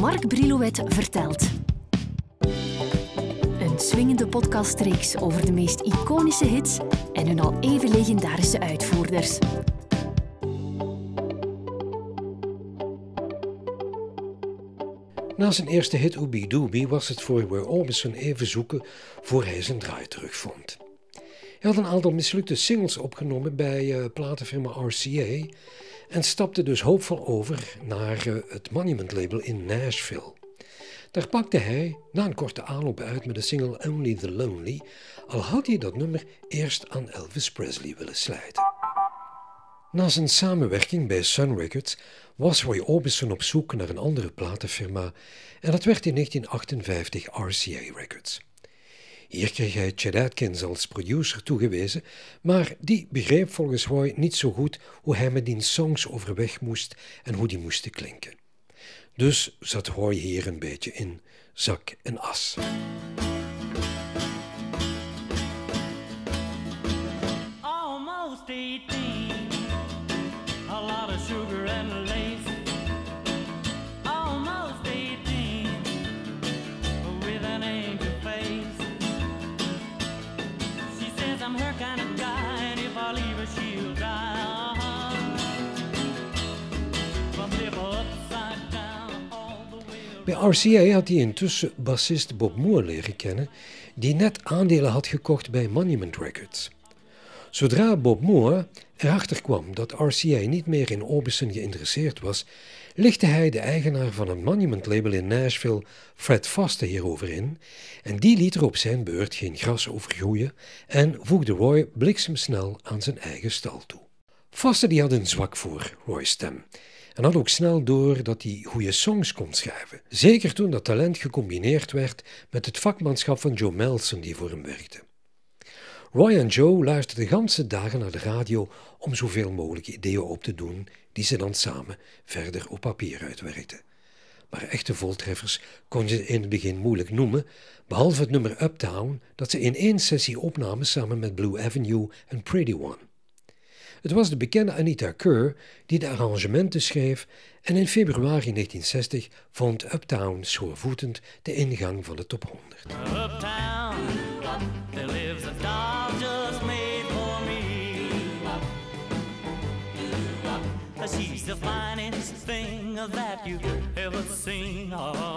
Mark Brilouet vertelt. Een swingende podcastreeks over de meest iconische hits en hun al even legendarische uitvoerders. Na zijn eerste hit Ooby Dooby was het voor Roy Orbison even zoeken voor hij zijn draai terugvond. Hij had een aantal mislukte singles opgenomen bij platenfirma RCA en stapte dus hoopvol over naar het Monument label in Nashville. Daar pakte hij na een korte aanloop uit met de single Only the Lonely, al had hij dat nummer eerst aan Elvis Presley willen slijten. Na zijn samenwerking bij Sun Records was Roy Orbison op zoek naar een andere platenfirma en dat werd in 1958 RCA Records. Hier kreeg hij Chet Atkins als producer toegewezen, maar die begreep volgens Roy niet zo goed hoe hij met die songs overweg moest en hoe die moesten klinken. Dus zat Roy hier een beetje in zak en as. Almost 18, a lot of sugar and lace. Almost 18, with an angel face. She says I'm her kind of guy, and if I leave her she'll die. From liver upside down all the way. Bij RCA had hij intussen bassist Bob Moore leren kennen, die net aandelen had gekocht bij Monument Records. Zodra Bob Moore erachter kwam dat RCA niet meer in Orbison geïnteresseerd was, lichtte hij de eigenaar van een Monument label in Nashville, Fred Foster, hierover in en die liet er op zijn beurt geen gras over groeien en voegde Roy bliksemsnel aan zijn eigen stal toe. Foster die had een zwak voor Roy's stem en had ook snel door dat hij goede songs kon schrijven, zeker toen dat talent gecombineerd werd met het vakmanschap van Joe Melson die voor hem werkte. Roy en Joe luisterden de ganse dagen naar de radio om zoveel mogelijk ideeën op te doen die ze dan samen verder op papier uitwerkten. Maar echte voltreffers kon je in het begin moeilijk noemen, behalve het nummer Uptown dat ze in één sessie opnamen samen met Blue Avenue en Pretty One. Het was de bekende Anita Kerr die de arrangementen schreef en in februari 1960 vond Uptown schoorvoetend de ingang van de top 100. Uptown, there lives a doll just made for me. She's the finest thing that you've ever seen.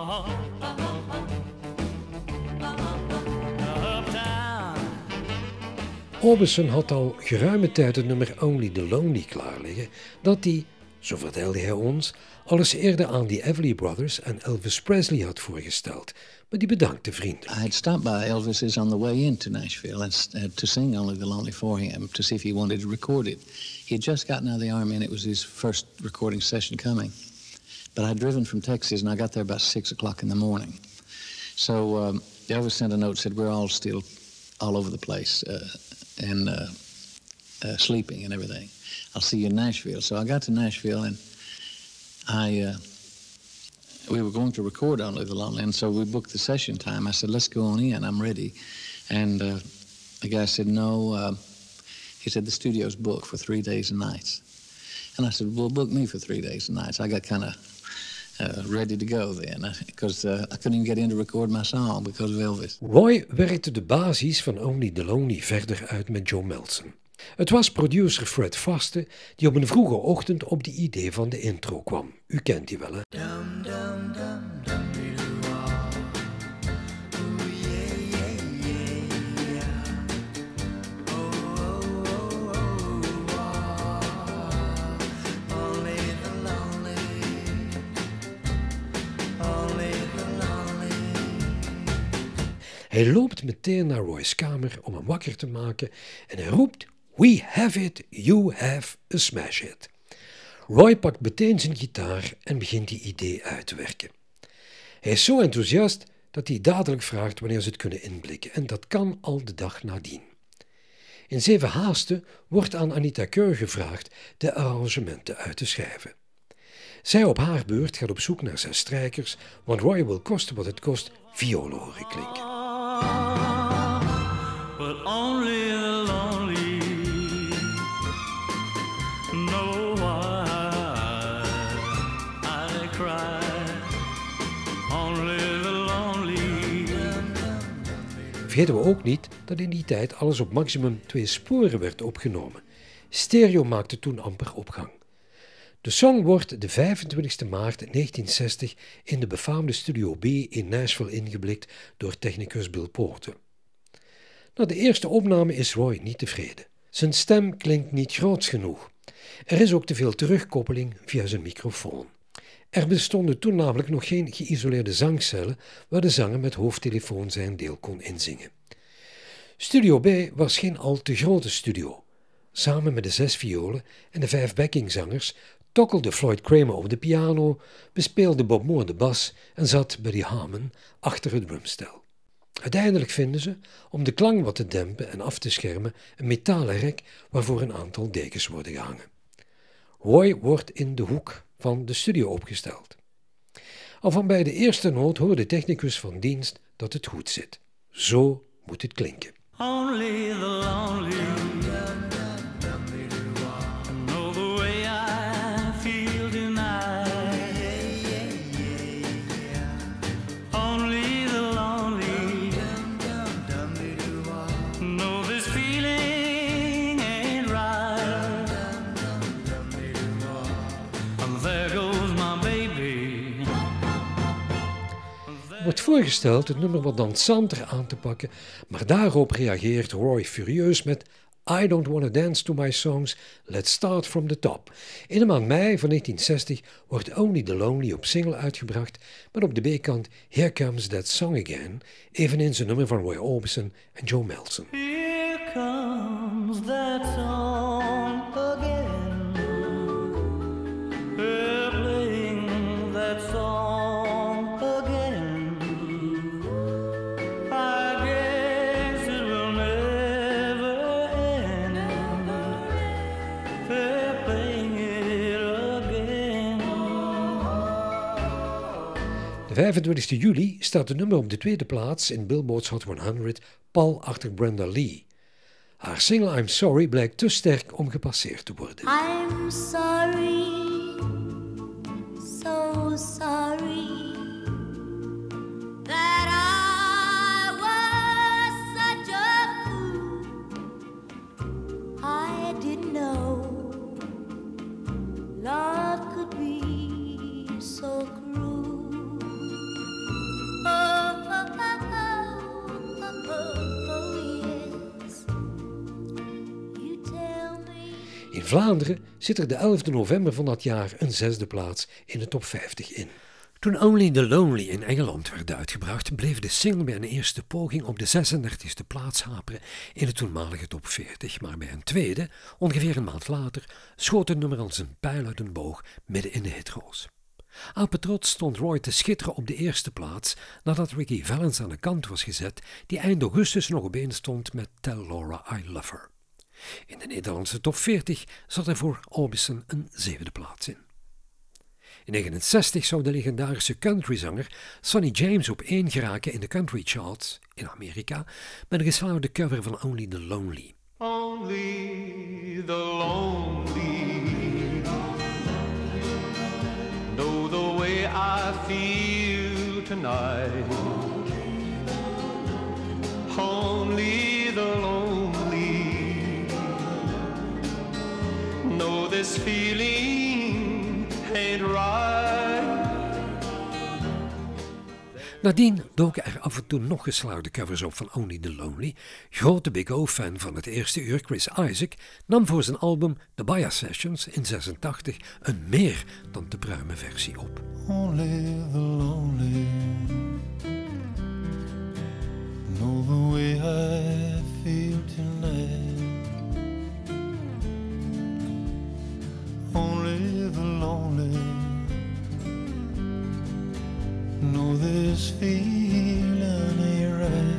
Uptown. Orbison had al geruime tijd het nummer Only the Lonely klaar liggen, dat hij, zo vertelde hij ons, al eens eerder aan de Everly Brothers en Elvis Presley had voorgesteld, maar die bedankte vriendelijk. I had stopped by Elvis's on the way into Nashville and to sing Only the Lonely for him to see if he wanted to record it. He had just gotten out of the army and it was his first recording session coming. But I'd driven from Texas and I got there about 6 o'clock in the morning. So Elvis sent a note, said we're all still all over the place and sleeping and everything. I'll see you in Nashville. So I got to Nashville and we were going to record Only the Lonely, and so we booked the session time. I said, let's go on in, I'm ready. And the guy said, no. He said, the studio's booked for 3 days and nights. And I said, well, book me for 3 days and nights. I got kind of ready to go then, because I couldn't even get in to record my song because of Elvis. Roy werkte de basis van Only the Lonely verder uit met Joe Melson. Het was producer Fred Foster die op een vroege ochtend op de idee van de intro kwam. U kent die wel, hè? Hij loopt meteen naar Roy's kamer om hem wakker te maken en hij roept: We have it, you have a smash hit. Roy pakt meteen zijn gitaar en begint die idee uit te werken. Hij is zo enthousiast dat hij dadelijk vraagt wanneer ze het kunnen inblikken en dat kan al de dag nadien. In 7 haasten wordt aan Anita Kerr gevraagd de arrangementen uit te schrijven. Zij op haar beurt gaat op zoek naar 6 strijkers, want Roy wil kosten wat het kost violen horen klinken. But only the lonely know why I cry. Vergeten we ook niet dat in die tijd alles op maximum 2 sporen werd opgenomen. Stereo maakte toen amper opgang. De song wordt de 25 maart 1960 in de befaamde Studio B in Nashville ingeblikt door technicus Bill Porter. Na de eerste opname is Roy niet tevreden. Zijn stem klinkt niet groots genoeg. Er is ook te veel terugkoppeling via zijn microfoon. Er bestonden toen namelijk nog geen geïsoleerde zangcellen waar de zanger met hoofdtelefoon zijn deel kon inzingen. Studio B was geen al te grote studio. Samen met de 6 violen en de 5 backingzangers tokkelde Floyd Kramer op de piano, bespeelde Bob Moore de bas en zat Buddy Harman achter het drumstel. Uiteindelijk vinden ze, om de klank wat te dempen en af te schermen, een metalen rek waarvoor een aantal dekens worden gehangen. Roy wordt in de hoek van de studio opgesteld. Al van bij de eerste noot hoort de technicus van dienst dat het goed zit. Zo moet het klinken. Only the lonely know the way I feel tonight. Only the lonely know this feeling ain't right. And there goes my baby. Wordt voorgesteld het nummer wat dansanter aan te pakken, maar daarop reageert Roy furieus met I don't wanna dance to my songs, let's start from the top. In de maand mei van 1960 wordt Only the Lonely op single uitgebracht, met op de B-kant Here Comes That Song Again, eveneens een nummer van Roy Orbison en Joe Melson. Here comes that song again. They're playing that song again. I guess it will never end. They're playing it again. De 25 juli staat het nummer op de tweede plaats in Billboard's Hot 100, pal achter Brenda Lee. Haar single I'm Sorry blijkt te sterk om gepasseerd te worden. I'm sorry, so sorry that I was such a fool. I didn't know love could be so cruel. Oh, oh, oh, oh, oh, oh, yes. You tell me. In Vlaanderen zit er de 11 november van dat jaar een 6e plaats in de top 50 in. Toen Only the Lonely in Engeland werd uitgebracht, bleef de single bij een eerste poging op de 36e plaats haperen in de toenmalige top 40. Maar bij een tweede, ongeveer een maand later, schoot het nummer als een pijl uit een boog midden in de hitroos. Apetrots stond Roy te schitteren op de eerste plaats nadat Ricky Valens aan de kant was gezet, die eind augustus nog op één stond met Tell Laura I Love Her. In de Nederlandse top 40 zat er voor Orbison een 7e plaats in. In 1969 zou de legendarische countryzanger Sonny James op 1 geraken in de country charts in Amerika met een geslaagde cover van Only the Lonely. Only the lonely know the way I feel tonight. Only the lonely know this feeling ain't right. Nadien doken er af en toe nog geslaagde covers op van Only the Lonely. Grote Big O-fan van het eerste uur, Chris Isaac, nam voor zijn album The Baya Sessions in 86 een meer dan te pruime versie op. Only the lonely know the way I feel tonight. Only the lonely know this feeling ain't right.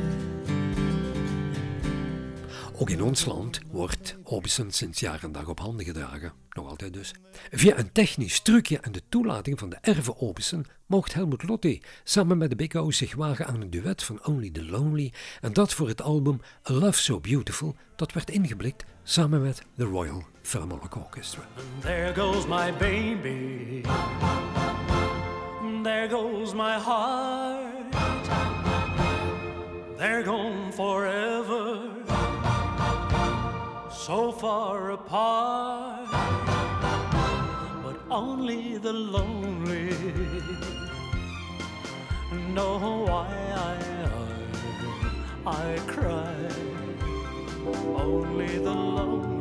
Ook in ons land wordt Orbison sinds jaar en dag op handen gedragen, nog altijd dus. Via een technisch trucje en de toelating van de erve Orbison mocht Helmut Lotti samen met de Big O's zich wagen aan een duet van Only the Lonely en dat voor het album A Love So Beautiful, dat werd ingeblikt samen met the Royal Philharmonic Orchestra. And there goes my baby. There goes my heart. They're gone forever, so far apart, but only the lonely know why I cry. Only the lonely